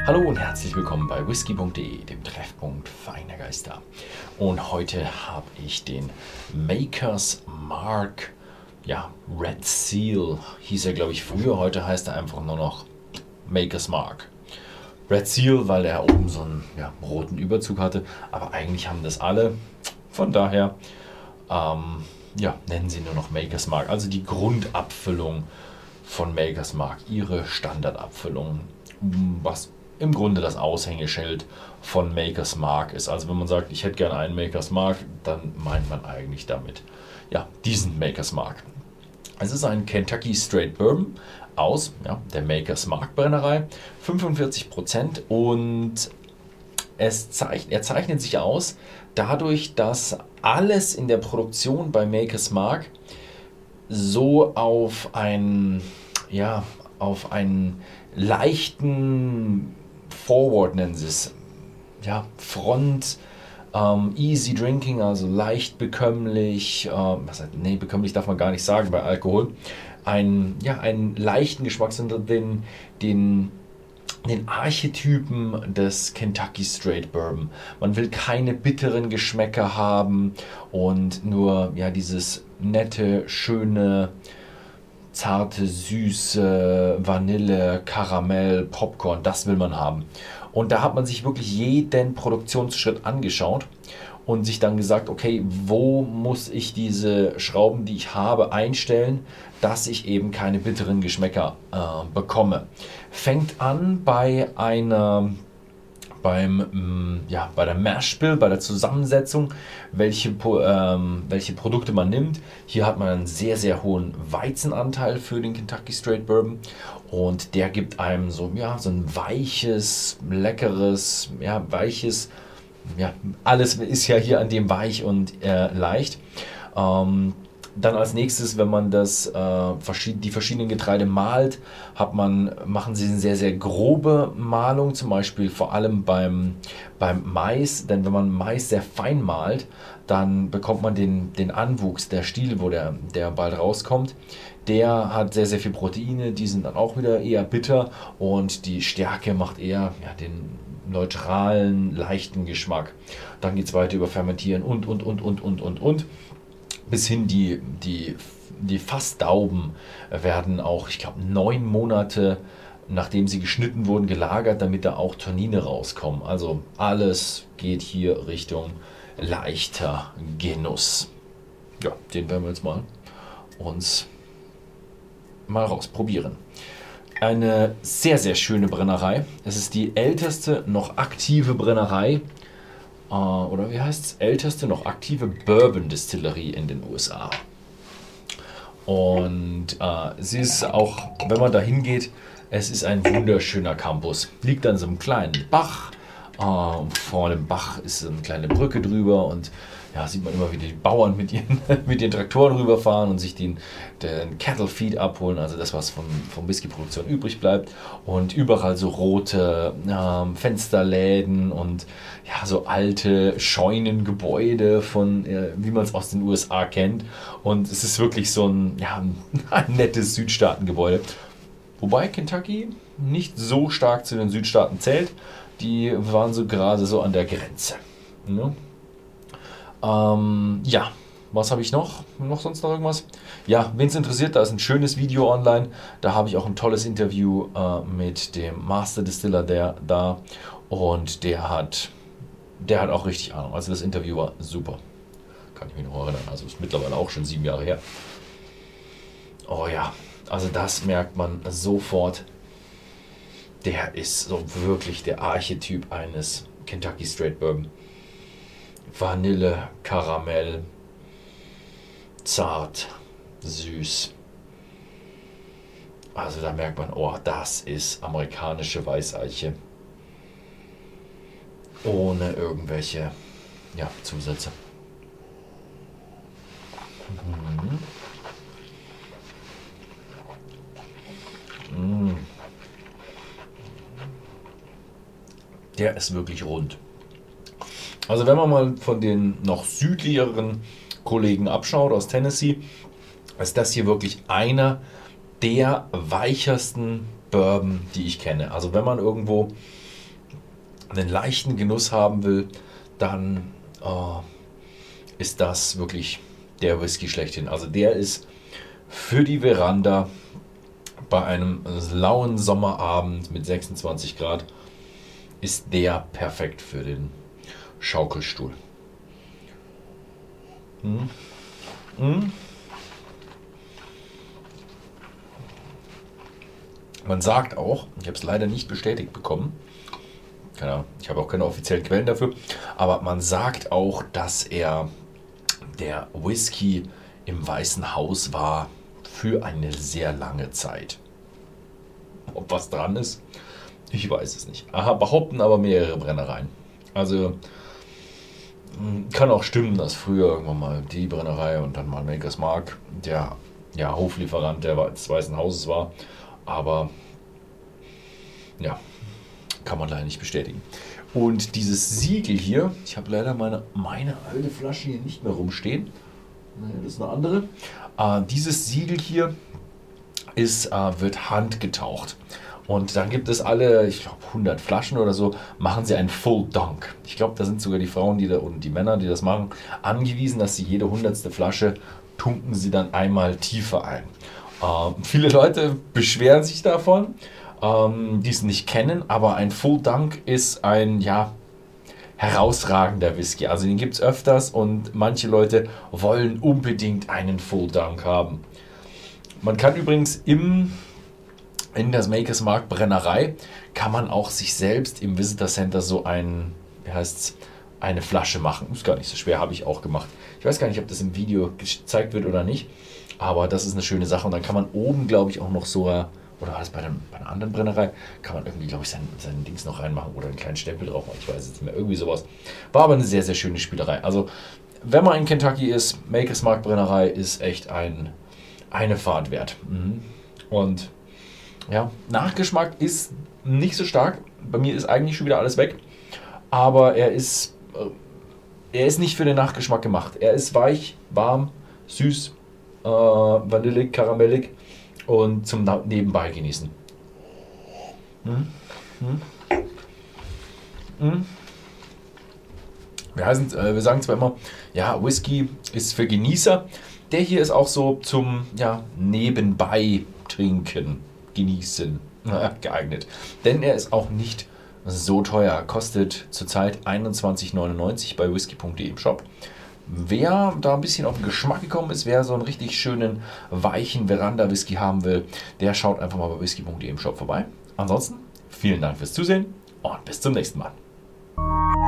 Hallo und herzlich willkommen bei whisky.de, dem Treffpunkt feiner Geister. Und heute habe ich den Maker's Mark, Red Seal hieß er glaube ich früher, heute heißt er einfach nur noch Maker's Mark. Red Seal, weil er oben so einen roten Überzug hatte, aber eigentlich haben das alle, von daher nennen sie nur noch Maker's Mark, also die Grundabfüllung von Maker's Mark, ihre Standardabfüllung, was im Grunde das Aushängeschild von Maker's Mark ist. Also wenn man sagt, ich hätte gerne einen Maker's Mark, dann meint man eigentlich damit diesen Maker's Mark. Es ist ein Kentucky Straight Bourbon aus der Maker's Mark Brennerei, 45% und er zeichnet sich aus dadurch, dass alles in der Produktion bei Maker's Mark so auf einen leichten Forward nennen sie es, Front, easy drinking, also leicht bekömmlich, bekömmlich darf man gar nicht sagen bei Alkohol, einen leichten Geschmack, sondern den Archetypen des Kentucky Straight Bourbon. Man will keine bitteren Geschmäcker haben und nur dieses nette, schöne, zarte, süße Vanille, Karamell, Popcorn, das will man haben. Und da hat man sich wirklich jeden Produktionsschritt angeschaut und sich dann gesagt, okay, wo muss ich diese Schrauben, die ich habe, einstellen, dass ich eben keine bitteren Geschmäcker bekomme. Fängt an bei der Mash Bill, bei der Zusammensetzung, welche Produkte man nimmt. Hier hat man einen sehr, sehr hohen Weizenanteil für den Kentucky Straight Bourbon und der gibt einem so ein weiches, leckeres, alles ist ja hier an dem weich und leicht. Dann als nächstes, wenn man die verschiedenen Getreide mahlt, machen sie eine sehr, sehr grobe Mahlung, zum Beispiel vor allem beim Mais. Denn wenn man Mais sehr fein mahlt, dann bekommt man den Anwuchs, der Stiel, wo der bald rauskommt. Der hat sehr, sehr viel Proteine, die sind dann auch wieder eher bitter und die Stärke macht eher den neutralen, leichten Geschmack. Dann geht es weiter über Fermentieren und. Bis hin die Fassdauben werden auch, ich glaube, 9 Monate, nachdem sie geschnitten wurden, gelagert, damit da auch Tannine rauskommen. Also alles geht hier Richtung leichter Genuss. Ja, den werden wir jetzt uns mal rausprobieren. Eine sehr, sehr schöne Brennerei. Es ist die älteste noch aktive Brennerei, oder wie heißt es? Älteste noch aktive Bourbon-Distillerie in den USA. Und sie ist auch, wenn man da hingeht, es ist ein wunderschöner Campus. Liegt an so einem kleinen Bach. Vor dem Bach ist eine kleine Brücke drüber und sieht man immer, wie die Bauern mit ihren Traktoren rüberfahren und sich den Cattle Feed abholen, also das, was von Whisky-Produktion übrig bleibt. Und überall so rote Fensterläden und so alte Scheunengebäude von, wie man es aus den USA kennt. Und es ist wirklich so ein nettes Südstaatengebäude. Wobei Kentucky nicht so stark zu den Südstaaten zählt. Die waren so gerade so an der Grenze. Ne? Was habe ich noch? Sonst noch irgendwas? Ja, wen es interessiert, da ist ein schönes Video online. Da habe ich auch ein tolles Interview mit dem Master Distiller da. Und der hat auch richtig Ahnung. Also das Interview war super. Kann ich mich noch erinnern. Also ist mittlerweile auch schon 7 Jahre her. Oh ja, also das merkt man sofort. Der ist so wirklich der Archetyp eines Kentucky Straight Bourbon. Vanille, Karamell, zart, süß. Also da merkt man, das ist amerikanische Weißeiche. Ohne irgendwelche Zusätze. Der ist wirklich rund. Also wenn man mal von den noch südlicheren Kollegen abschaut aus Tennessee, ist das hier wirklich einer der weichersten Bourbon, die ich kenne. Also wenn man irgendwo einen leichten Genuss haben will, dann ist das wirklich der Whisky schlechthin. Also der ist für die Veranda bei einem lauen Sommerabend mit 26 Grad ist der perfekt für den Schaukelstuhl. Mm. Mm. Man sagt auch, ich habe es leider nicht bestätigt bekommen, keine Ahnung, ich habe auch keine offiziellen Quellen dafür, aber man sagt auch, dass er der Whisky im Weißen Haus war für eine sehr lange Zeit. Ob was dran ist, ich weiß es nicht. Aha, behaupten aber mehrere Brennereien. Also kann auch stimmen, dass früher irgendwann mal die Brennerei und dann mal Maker's Mark der Hoflieferant des Weißen Hauses war. Aber ja, kann man leider nicht bestätigen. Und dieses Siegel hier, ich habe leider meine alte Flasche hier nicht mehr rumstehen. Das ist eine andere. Dieses Siegel hier wird handgetaucht. Und dann gibt es alle, ich glaube 100 Flaschen oder so, machen sie einen Full Dunk. Ich glaube, da sind sogar die Frauen und die Männer, die das machen, angewiesen, dass sie jede 100. Flasche tunken sie dann einmal tiefer ein. Viele Leute beschweren sich davon, die es nicht kennen, aber ein Full Dunk ist ein herausragender Whisky. Also den gibt es öfters und manche Leute wollen unbedingt einen Full Dunk haben. Man kann übrigens in der Maker's Mark Brennerei kann man auch sich selbst im Visitor Center so eine Flasche machen. Ist gar nicht so schwer, habe ich auch gemacht. Ich weiß gar nicht, ob das im Video gezeigt wird oder nicht, aber das ist eine schöne Sache. Und dann kann man oben, glaube ich, auch noch so, oder war das bei einer anderen Brennerei, kann man irgendwie, glaube ich, seinen Dings noch reinmachen oder einen kleinen Stempel drauf machen. Ich weiß es nicht mehr, irgendwie sowas. War aber eine sehr, sehr schöne Spielerei. Also, wenn man in Kentucky ist, Maker's Mark Brennerei ist echt eine Fahrt wert. Und ja, Nachgeschmack ist nicht so stark. Bei mir ist eigentlich schon wieder alles weg. Aber er ist nicht für den Nachgeschmack gemacht. Er ist weich, warm, süß, vanillig, karamellig und zum Nebenbei genießen. Wir sagen zwar immer, ja, Whisky ist für Genießer. Der hier ist auch so zum Nebenbei trinken, genießen geeignet. Denn er ist auch nicht so teuer. Kostet zurzeit 21,99 bei whisky.de im Shop. Wer da ein bisschen auf den Geschmack gekommen ist, wer so einen richtig schönen, weichen Veranda-Whisky haben will, der schaut einfach mal bei whisky.de im Shop vorbei. Ansonsten, vielen Dank fürs Zusehen und bis zum nächsten Mal.